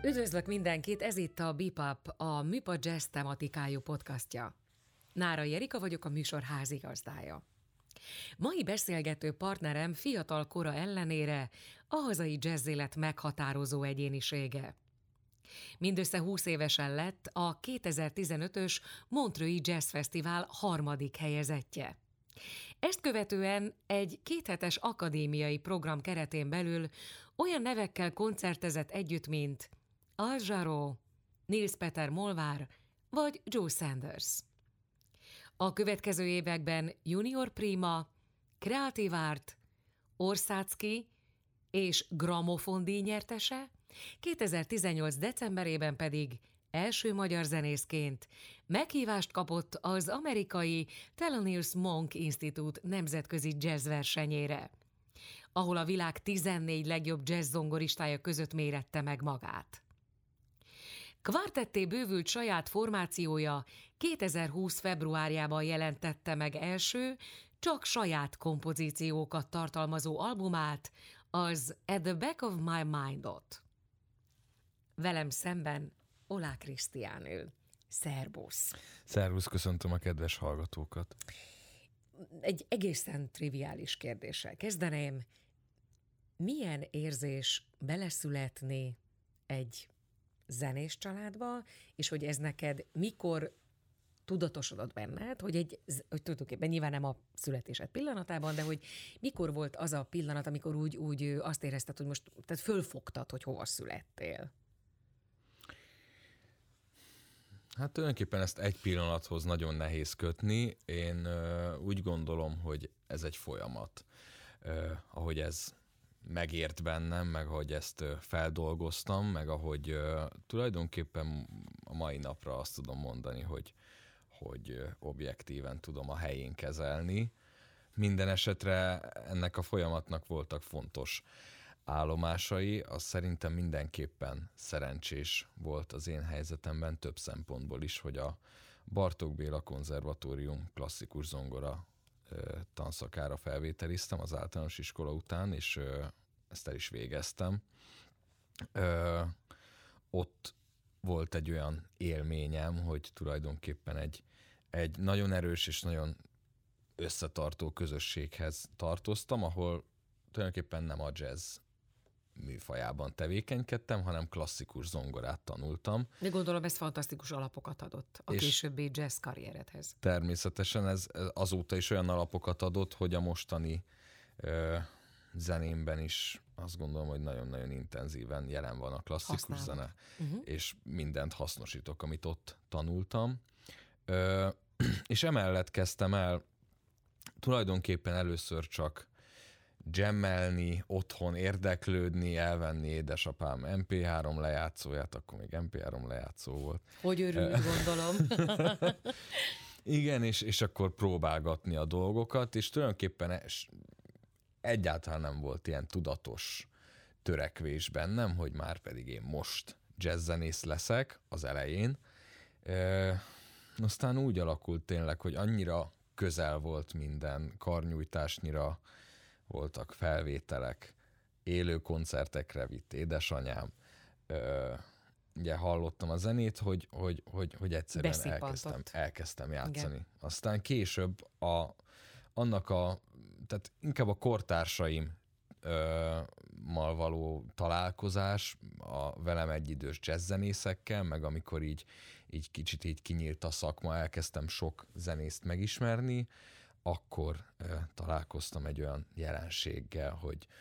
Üdvözlök mindenkit, ez itt a Bebop, a Műpa Jazz tematikájú podcastja. Nárai Erika vagyok, a műsor házigazdája. Mai beszélgető partnerem fiatal kora ellenére a hazai jazzélet meghatározó egyénisége. Mindössze 20 évesen lett a 2015-ös Montreux-i Jazz Fesztivál 3. helyezettje. Ezt követően egy 2 hetes akadémiai program keretén belül olyan nevekkel koncertezett együtt, mint Al Jarreau, Nils Peter Molvár vagy Joe Sanders. A következő években Junior Prima, Creative Art, Orszáczky és Gramofon-díj nyertese, 2018. decemberében pedig első magyar zenészként meghívást kapott az amerikai Thelonious Monk Institute nemzetközi jazzversenyére, ahol a világ 14 legjobb jazz zongoristája között mérette meg magát. Kvartetté bővült saját formációja 2020. februárjában jelentette meg első, csak saját kompozíciókat tartalmazó albumát, az At the Back of My Mind-ot. Velem szemben Oláh Krisztián ül. Szerbusz! Szervusz, köszöntöm a kedves hallgatókat. Egy egészen triviális kérdéssel kezdeném. Milyen érzés beleszületni egy zenés családba, és hogy ez neked mikor tudatosodott benned, hogy tulajdonképpen nyilván nem a születésed pillanatában, de hogy mikor volt az a pillanat, amikor úgy azt érezted, hogy most tehát fölfogtad, hogy hova születtél? Hát tulajdonképpen ezt egy pillanathoz nagyon nehéz kötni. Én úgy gondolom, hogy ez egy folyamat. Ahogy ez megért bennem, meg ahogy ezt feldolgoztam, meg ahogy tulajdonképpen a mai napra azt tudom mondani, hogy objektíven tudom a helyén kezelni. Minden esetre ennek a folyamatnak voltak fontos állomásai, az szerintem mindenképpen szerencsés volt az én helyzetemben több szempontból is, hogy a Bartók Béla Konzervatórium klasszikus zongora tanszakára felvételiztem az általános iskola után, és ezt el is végeztem. Ott volt egy olyan élményem, hogy tulajdonképpen egy nagyon erős és nagyon összetartó közösséghez tartoztam, ahol tulajdonképpen nem a jazz műfajában tevékenykedtem, hanem klasszikus zongorát tanultam. De gondolom, ez fantasztikus alapokat adott a későbbi jazz karrieredhez. Természetesen ez azóta is olyan alapokat adott, hogy a mostani zenémben is azt gondolom, hogy nagyon-nagyon intenzíven jelen van a klasszikus zene, és mindent hasznosítok, amit ott tanultam. És emellett kezdtem el tulajdonképpen először csak jammelni, otthon érdeklődni, elvenni édesapám MP3 lejátszóját, akkor még MP3 lejátszó volt. Hogy örülj, gondolom. Igen, és akkor próbálgatni a dolgokat, és tulajdonképpen egyáltalán nem volt ilyen tudatos törekvés bennem, hogy már pedig én most jazzzenész leszek az elején. Aztán úgy alakult tényleg, hogy annyira közel volt minden, karnyújtásnyira voltak felvételek, élő koncertekre vitt édesanyám. Ugye hallottam a zenét, hogy egyszerűen elkezdtem játszani. Igen. Aztán később tehát inkább a kortársaimmal való találkozás, a velem egyidős jazzzenészekkel, meg amikor így kicsit így kinyílt a szakma, elkezdtem sok zenészt megismerni, akkor találkoztam egy olyan jelenséggel,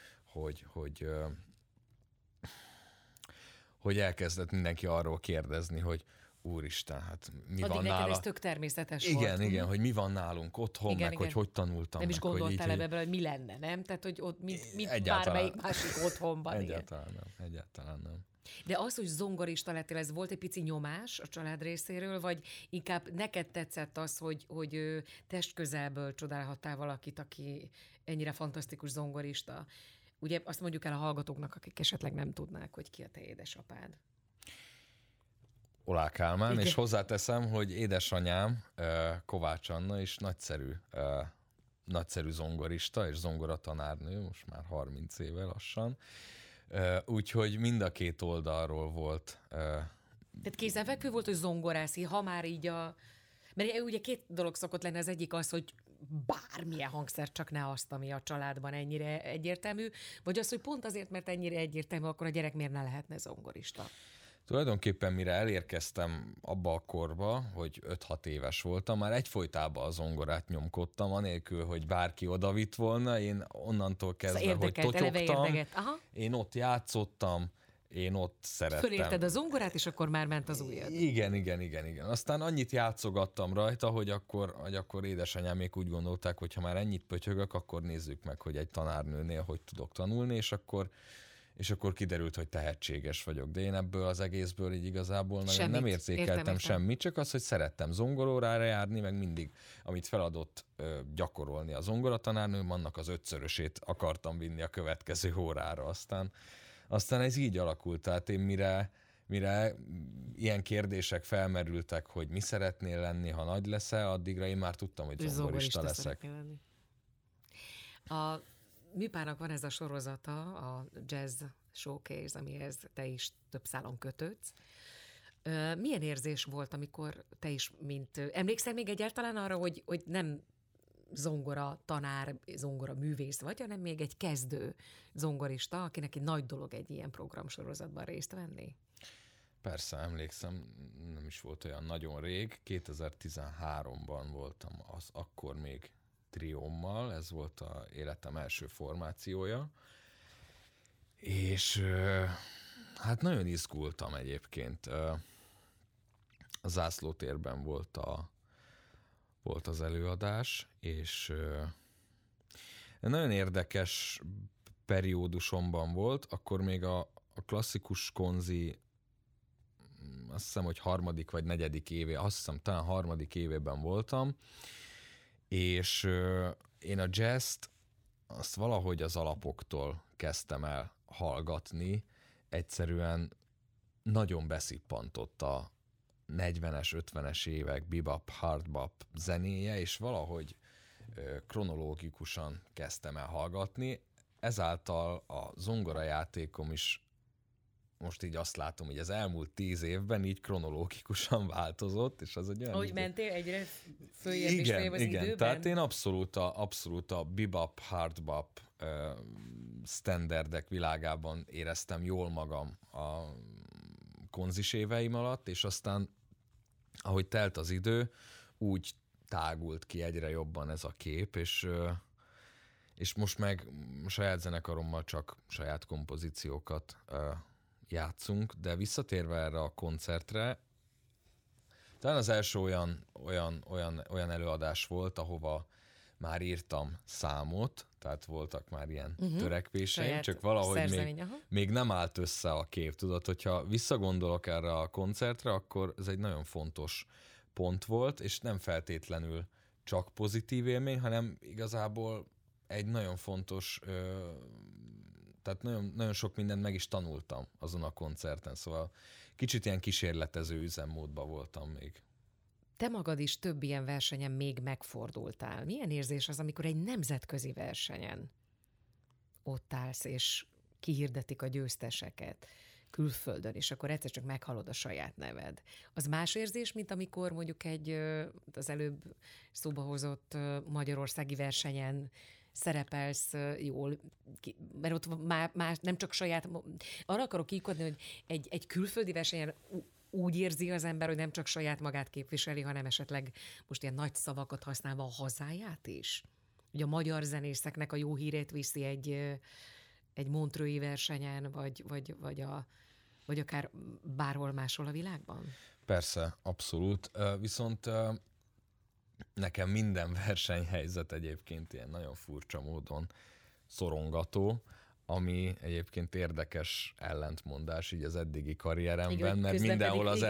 hogy elkezdett mindenki arról kérdezni, hogy úristen, hát mi van nála. Neked ez tök természetes volt. Igen, hogy mi van nálunk otthon, igen, meg hogy tanultam. Nem is gondoltál ebben, hogy mi lenne, nem? Tehát, hogy ott mint bármelyik másik otthonban. Egyáltalán nem. De az, hogy zongorista lettél, ez volt egy pici nyomás a család részéről, vagy inkább neked tetszett az, hogy testközelből csodálhattál valakit, aki ennyire fantasztikus zongorista? Ugye azt mondjuk el a hallgatóknak, akik esetleg nem tudnák, hogy ki a te édesapád. Oláh Kálmán, igen. És hozzáteszem, hogy édesanyám Kovács Anna is nagyszerű zongorista és zongoratanárnő, most már 30 éve lassan. Úgyhogy mind a két oldalról volt. Tehát kézenfekvő volt, hogy zongorászi, ha már így Mert ugye két dolog szokott lenni, az egyik az, hogy bármilyen hangszer, csak ne azt, ami a családban ennyire egyértelmű, vagy az, hogy pont azért, mert ennyire egyértelmű, akkor a gyerek miért ne lehetne zongorista? Tulajdonképpen mire elérkeztem abba a korba, hogy 5-6 éves voltam, már egyfolytában a zongorát nyomkodtam, anélkül, hogy bárki odavitt volna. Én onnantól kezdve, hogy totyogtam, én ott játszottam, én ott szerettem. Fölérted a zongorát, és akkor már ment az ujjad. Igen. Aztán annyit játszogattam rajta, hogy akkor édesanyámék úgy gondolták, hogy ha már ennyit pötyögök, akkor nézzük meg, hogy egy tanárnőnél hogy tudok tanulni, és akkor kiderült, hogy tehetséges vagyok. De én ebből az egészből így igazából nem érzékeltem semmit, csak az, hogy szerettem zongorórára járni, meg mindig, amit feladott gyakorolni a zongoratanárnőm, annak az 5-szörösét akartam vinni a következő órára. Aztán ez így alakult, tehát én mire ilyen kérdések felmerültek, hogy mi szeretnél lenni, ha nagy leszel, addigra én már tudtam, hogy zongorista leszek. A Műpának van ez a sorozata, a Jazz Showcase, amihez te is több szálon kötődsz. Milyen érzés volt, amikor te is, emlékszel még egyáltalán arra, hogy nem zongora tanár, zongora művész vagy, hanem még egy kezdő zongorista, akinek egy nagy dolog egy ilyen programsorozatban részt venni? Persze, emlékszem, nem is volt olyan nagyon rég. 2013-ban voltam akkor még triómmal, ez volt az életem első formációja, és hát nagyon izgultam egyébként. A zászlótérben volt az előadás, és nagyon érdekes periódusomban volt, akkor még a klasszikus konzi, azt hiszem, hogy 3. vagy 4. éve, azt hiszem, talán 3. évében voltam, és én a jazzt azt valahogy az alapoktól kezdtem el hallgatni, egyszerűen nagyon beszippantott a 40-es, 50-es évek bebop, hardbop zenéje, és valahogy kronológikusan kezdtem el hallgatni. Ezáltal a zongorajátékom is most így azt látom, hogy az elmúlt 10 évben így kronológikusan változott, és az egy olyan... Ahogy mentél egyre följebb és följebb az időben? Tehát én abszolút a bebop, hardbop standardek világában éreztem jól magam a konzis éveim alatt, és aztán, ahogy telt az idő, úgy tágult ki egyre jobban ez a kép, és most meg saját zenekarommal csak saját kompozíciókat játszunk, de visszatérve erre a koncertre, talán az első olyan előadás volt, ahova már írtam számot, tehát voltak már ilyen törekvéseim, saját csak valahogy még nem állt össze a kép. Tudod, hogyha visszagondolok erre a koncertre, akkor ez egy nagyon fontos pont volt, és nem feltétlenül csak pozitív élmény, hanem igazából egy nagyon fontos, tehát nagyon, nagyon sok mindent meg is tanultam azon a koncerten, szóval kicsit ilyen kísérletező üzemmódban voltam még. Te magad is több ilyen versenyen még megfordultál. Milyen érzés az, amikor egy nemzetközi versenyen ott állsz, és kihirdetik a győzteseket külföldön, és akkor egyszer csak meghallod a saját neved. Az más érzés, mint amikor mondjuk az előbb szóba hozott magyarországi versenyen szerepelsz jól, mert ott már nem csak saját... Arra akarok kikodni, hogy egy külföldi versenyen úgy érzi az ember, hogy nem csak saját magát képviseli, hanem esetleg most ilyen nagy szavakat használva a hazáját is. Ugye a magyar zenészeknek a jó hírét viszi egy montreux-i versenyen, vagy akár bárhol máshol a világban? Persze, abszolút. Viszont nekem minden versenyhelyzet egyébként ilyen nagyon furcsa módon szorongató, ami egyébként érdekes ellentmondás így az eddigi karrieremben, igen, mert mindenhol az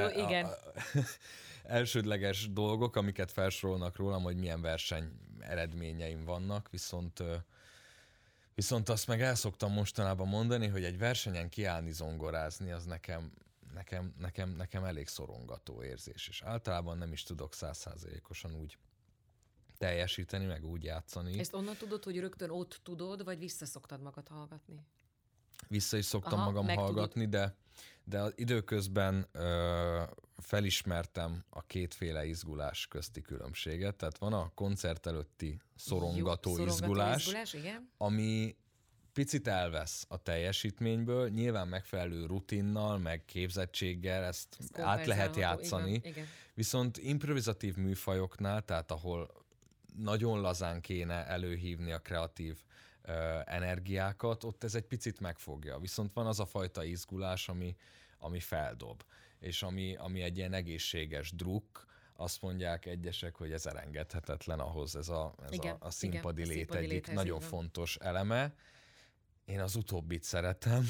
elsődleges dolgok, amiket felsorolnak rólam, hogy milyen verseny eredményeim vannak, viszont azt meg el szoktam mostanában mondani, hogy egy versenyen kiállni zongorázni, az nekem elég szorongató érzés, és általában nem is tudok 100%-osan úgy teljesíteni, meg úgy játszani. Ezt onnan tudod, hogy rögtön ott tudod, vagy visszaszoktad magad hallgatni? vissza is szoktam magam hallgatni, de az időközben felismertem a kétféle izgulás közti különbséget. Tehát van a koncert előtti szorongató izgulás, igen. ami picit elvesz a teljesítményből, nyilván megfelelő rutinnal, meg képzettséggel ezt át lehet játszani. Igen. Viszont improvizatív műfajoknál, tehát ahol nagyon lazán kéne előhívni a kreatív energiákat, ott ez egy picit megfogja. Viszont van az a fajta izgulás, ami feldob, és ami egy ilyen egészséges drukk. Azt mondják egyesek, hogy ez elengedhetetlen ahhoz, ez a színpadi lét egyik nagyon fontos eleme. Én az utóbbit szeretem,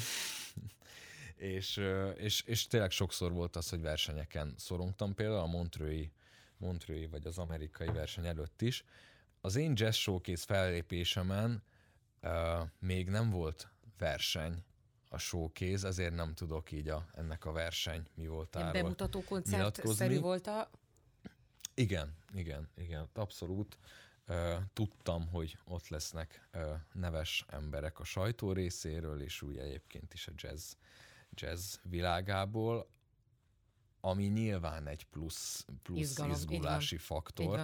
és tényleg sokszor volt az, hogy versenyeken szorongtam, például a Montreux-i vagy az amerikai verseny előtt is. Az én Jazz Showcase fellépésemen még nem volt verseny a showcase, ezért nem tudok így ennek a verseny mi voltáról bemutató koncertszerű volt a... Igen, abszolút. Tudtam, hogy ott lesznek neves emberek a sajtó részéről, és úgy egyébként is a jazz világából, ami nyilván egy plusz izgulási faktor.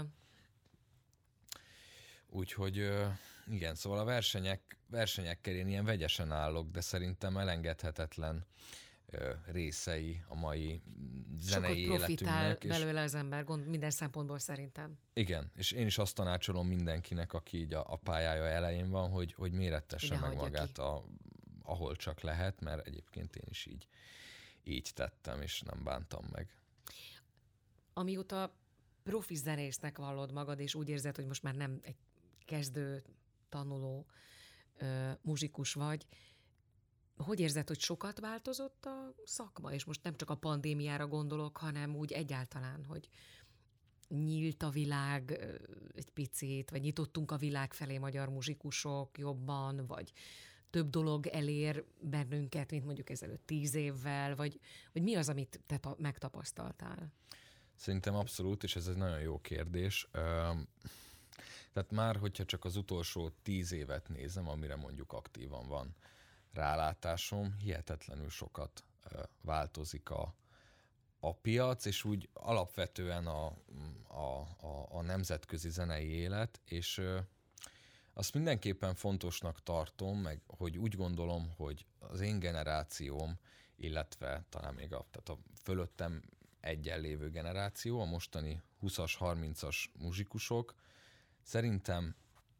Úgyhogy igen, szóval a versenyekkel én ilyen vegyesen állok, de szerintem elengedhetetlen részei a mai zenei életünknek. Sokat profitál belőle az ember, minden szempontból szerintem. Igen, és én is azt tanácsolom mindenkinek, aki így a pályája elején van, hogy mérettesse meg magát, ahol csak lehet, mert egyébként én is így tettem, és nem bántam meg. Amióta profi zenésznek vallod magad, és úgy érzed, hogy most már nem egy kezdő, tanuló muzsikus vagy, hogy érzed, hogy sokat változott a szakma? És most nem csak a pandémiára gondolok, hanem úgy egyáltalán, hogy nyílt a világ egy picit, vagy nyitottunk a világ felé magyar muzsikusok jobban, vagy több dolog elér bennünket, mint mondjuk ezelőtt 10 évvel, vagy mi az, amit te megtapasztaltál? Szerintem abszolút, és ez egy nagyon jó kérdés. Tehát már, hogyha csak az utolsó 10 évet nézem, amire mondjuk aktívan van rálátásom, hihetetlenül sokat változik a piac, és úgy alapvetően a nemzetközi zenei élet, és azt mindenképpen fontosnak tartom, meg hogy úgy gondolom, hogy az én generációm, illetve talán még tehát a fölöttem egyenlévő generáció, a mostani 20-as, 30-as muzsikusok szerintem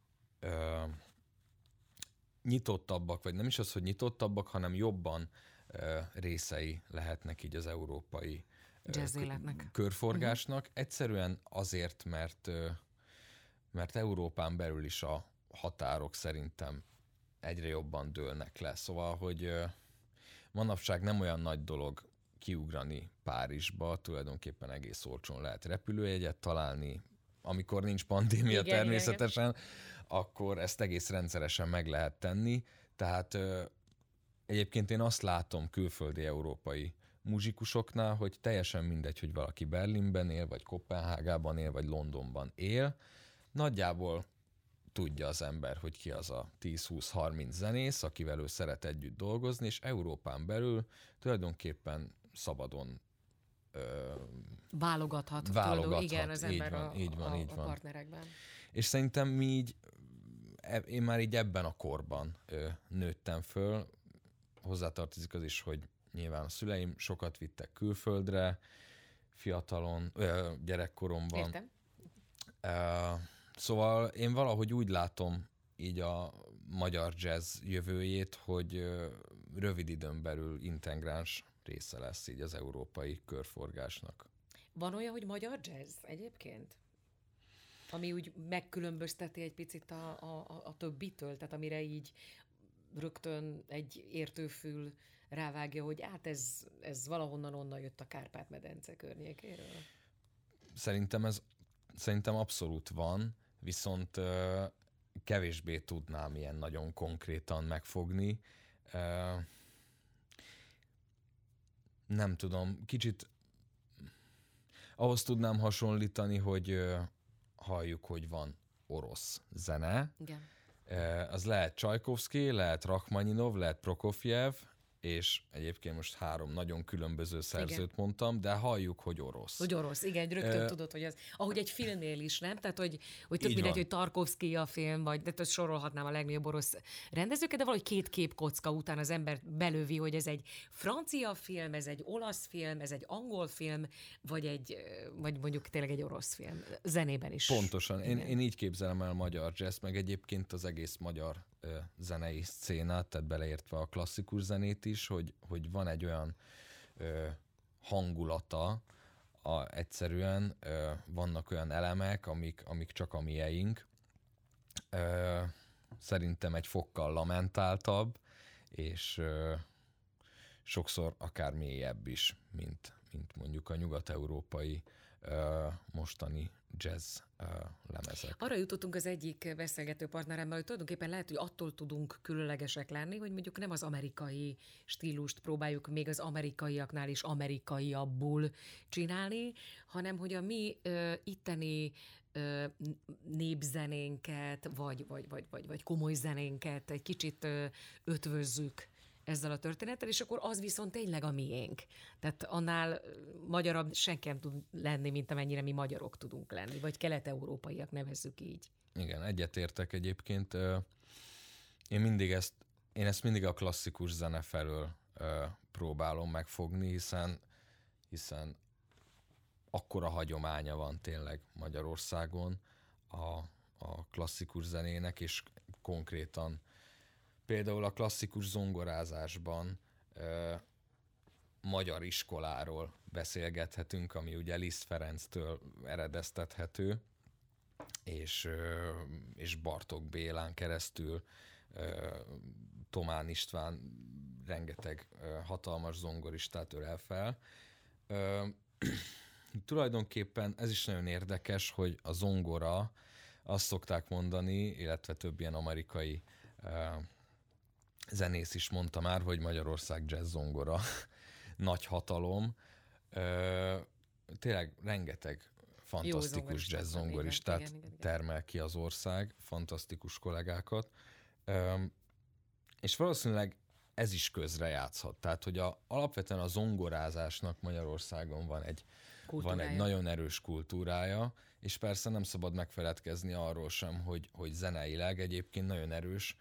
nyitottabbak, vagy nem is az, hogy nyitottabbak, hanem jobban részei lehetnek így az európai körforgásnak. Egyszerűen azért, mert Európán belül is a határok szerintem egyre jobban dőlnek le. Szóval, hogy manapság nem olyan nagy dolog kiugrani Párizsba, tulajdonképpen egész olcsón lehet repülőjegyet találni, amikor nincs pandémia természetesen, akkor ezt egész rendszeresen meg lehet tenni. Tehát egyébként én azt látom külföldi európai muzsikusoknál, hogy teljesen mindegy, hogy valaki Berlinben él, vagy Koppenhágában él, vagy Londonban él. Nagyjából tudja az ember, hogy ki az a 10-20-30 zenész, akivel ő szeret együtt dolgozni, és Európán belül tulajdonképpen szabadon válogathat. Igen, az ember így van. A partnerekben. És szerintem én már így ebben a korban nőttem föl. Hozzátartozik az is, hogy nyilván a szüleim sokat vittek külföldre, fiatalon, gyerekkoromban. Értem. Szóval én valahogy úgy látom így a magyar jazz jövőjét, hogy rövid időn belül integráns része lesz így az európai körforgásnak. Van olyan, hogy magyar jazz egyébként? Ami úgy megkülönbözteti egy picit a többitől, tehát amire így rögtön egy értőfül rávágja, hogy ez valahonnan onnan jött a Kárpát-medence környékéről? Szerintem abszolút van, viszont kevésbé tudnám ilyen nagyon konkrétan megfogni. Nem tudom, kicsit ahhoz tudnám hasonlítani, hogy halljuk, hogy van orosz zene, igen, Az lehet Csajkovszky, lehet Rachmaninov, lehet Prokofjev, és egyébként most 3 nagyon különböző szerzőt mondtam, de halljuk, hogy orosz. Hogy orosz, igen, rögtön tudod, hogy az, ahogy egy filmnél is, nem? Tehát, hogy tök mindegy, hogy Tarkovszky a film, vagy de sorolhatnám a legnagyobb orosz rendezőket, de valahogy 2 képkocka után az ember belövi, hogy ez egy francia film, ez egy olasz film, ez egy angol film, vagy mondjuk tényleg egy orosz film. Zenében is. Pontosan. Én így képzelem el magyar jazz, meg egyébként az egész magyar zenei szcénát, tehát beleértve a klasszikus zenét is, hogy van egy olyan hangulata, egyszerűen vannak olyan elemek, amik csak a mieink. Szerintem egy fokkal lamentáltabb, és sokszor akár mélyebb is, mint mondjuk a nyugat-európai mostani jazz lemezek. Arra jutottunk az egyik beszélgető partneremmel, hogy tulajdonképpen lehet, hogy attól tudunk különlegesek lenni, hogy mondjuk nem az amerikai stílust próbáljuk még az amerikaiaknál is amerikaiabbul csinálni, hanem hogy a mi itteni népzenénket, vagy komoly zenénket egy kicsit ötvözzük ezzel a történettel, és akkor az viszont tényleg a miénk. Tehát annál magyarabb senki nem tud lenni, mint amennyire mi magyarok tudunk lenni, vagy kelet-európaiak, nevezzük így. Igen, egyetértek egyébként. Én ezt mindig a klasszikus zene felől próbálom megfogni, hiszen akkora hagyománya van tényleg Magyarországon a klasszikus zenének, és konkrétan például a klasszikus zongorázásban magyar iskoláról beszélgethetünk, ami ugye Liszt Ferenctől eredeztethető, és Bartók Bélán keresztül Thomán István rengeteg hatalmas zongoristát ölel fel. Tulajdonképpen ez is nagyon érdekes, hogy a zongora, azt szokták mondani, illetve több ilyen amerikai zenész is mondta már, hogy Magyarország jazz zongora nagy hatalom. Tényleg rengeteg fantasztikus jazz zongoristát termel ki az ország, fantasztikus kollégákat. És valószínűleg ez is közrejátszhat. Tehát, hogy alapvetően a zongorázásnak Magyarországon van egy nagyon erős kultúrája, és persze nem szabad megfeledkezni arról sem, hogy zeneileg egyébként nagyon erős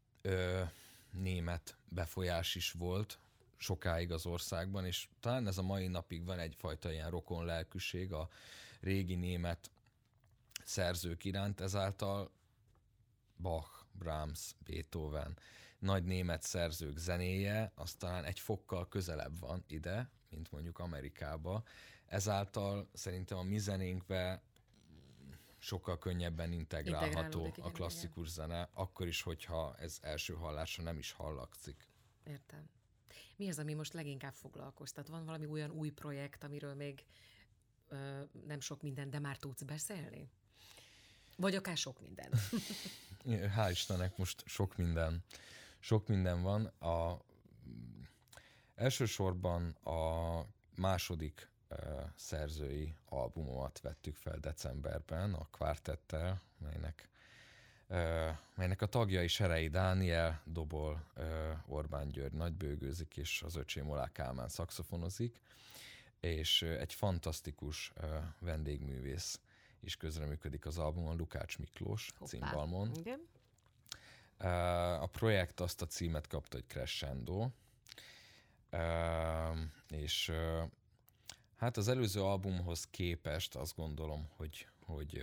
német befolyás is volt sokáig az országban, és talán ez a mai napig van egyfajta ilyen rokon lelkűség a régi német szerzők iránt, ezáltal Bach, Brahms, Beethoven, nagy német szerzők zenéje, az talán egy fokkal közelebb van ide, mint mondjuk Amerikába. Ezáltal szerintem a mi zenénkbe sokkal könnyebben integrálható a klasszikus zene, akkor is, hogyha ez első hallásra nem is hallatszik. Értem. Mi az, ami most leginkább foglalkoztat? Van valami olyan új projekt, amiről még nem sok minden, de már tudsz beszélni? Vagy akár sok minden? Hál' Istennek most sok minden van. Elsősorban a második szerzői albumomat vettük fel decemberben a Quartettel, melynek a tagjai Serei Dániel, dobol, Orbán György nagybőgőzik, és az öcsém Olá Kálmán szaxofonozik, és egy fantasztikus vendégművész is közreműködik az albumon, Lukács Miklós címbalmon. Igen. A projekt azt a címet kapta, hogy Crescendo, és hát az előző albumhoz képest azt gondolom, hogy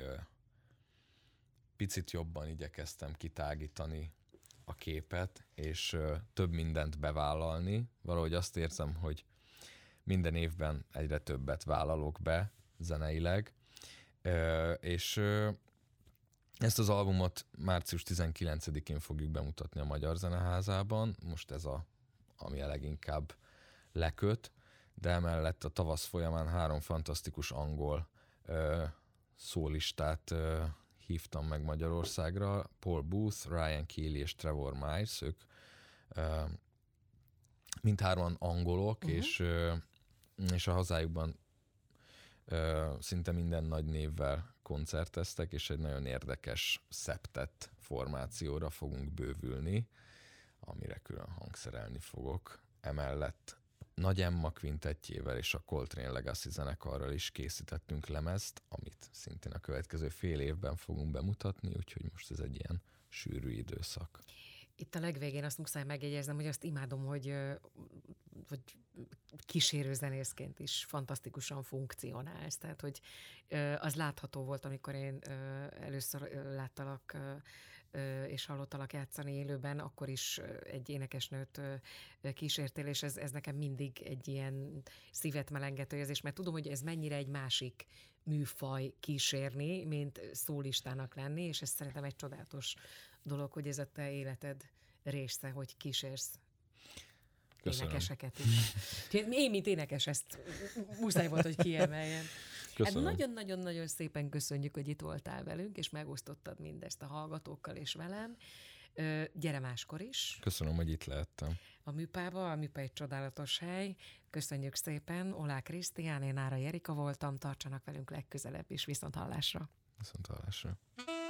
picit jobban igyekeztem kitágítani a képet, és több mindent bevállalni. Valahogy azt érzem, hogy minden évben egyre többet vállalok be zeneileg, és ezt az albumot március 19-én fogjuk bemutatni a Magyar Zeneházában. Most ez ami a leginkább leköt, de emellett a tavasz folyamán 3 fantasztikus angol szólistát hívtam meg Magyarországra. Paul Booth, Ryan Keeley és Trevor Miles, ők mindhárman angolok, és a hazájukban Szinte minden nagy névvel koncerteztek, és egy nagyon érdekes szeptett formációra fogunk bővülni, amire külön hangszerelni fogok. Emellett Nagy Emma kvintettjével és a Coltrane Legacy zenekarral is készítettünk lemezt, amit szintén a következő fél évben fogunk bemutatni, úgyhogy most ez egy ilyen sűrű időszak. Itt a legvégén azt muszáj megjegyeznem, hogy azt imádom, hogy kísérőzenészként is fantasztikusan funkcionálsz. Tehát, hogy az látható volt, amikor én először láttalak és hallottalak játszani élőben, akkor is egy énekesnőt kísértél, és ez nekem mindig egy ilyen szívet melengető érzés, mert tudom, hogy ez mennyire egy másik műfaj kísérni, mint szólistának lenni, és ez szerintem egy csodálatos dolog, hogy ez a te életed része, hogy kísérsz. Köszönöm. Énekeseket is. Én, mint énekes, ezt muszáj volt, hogy kiemeljen. Hát nagyon-nagyon-nagyon szépen köszönjük, hogy itt voltál velünk, és megosztottad mindezt a hallgatókkal és velem. Gyere máskor is. Köszönöm, hogy itt lehettem. A műpába, a műpá egy csodálatos hely. Köszönjük szépen. Olá Krisztián, én Nárai Erika voltam. Tartsanak velünk legközelebb is. Viszonthallásra. Viszonthallásra.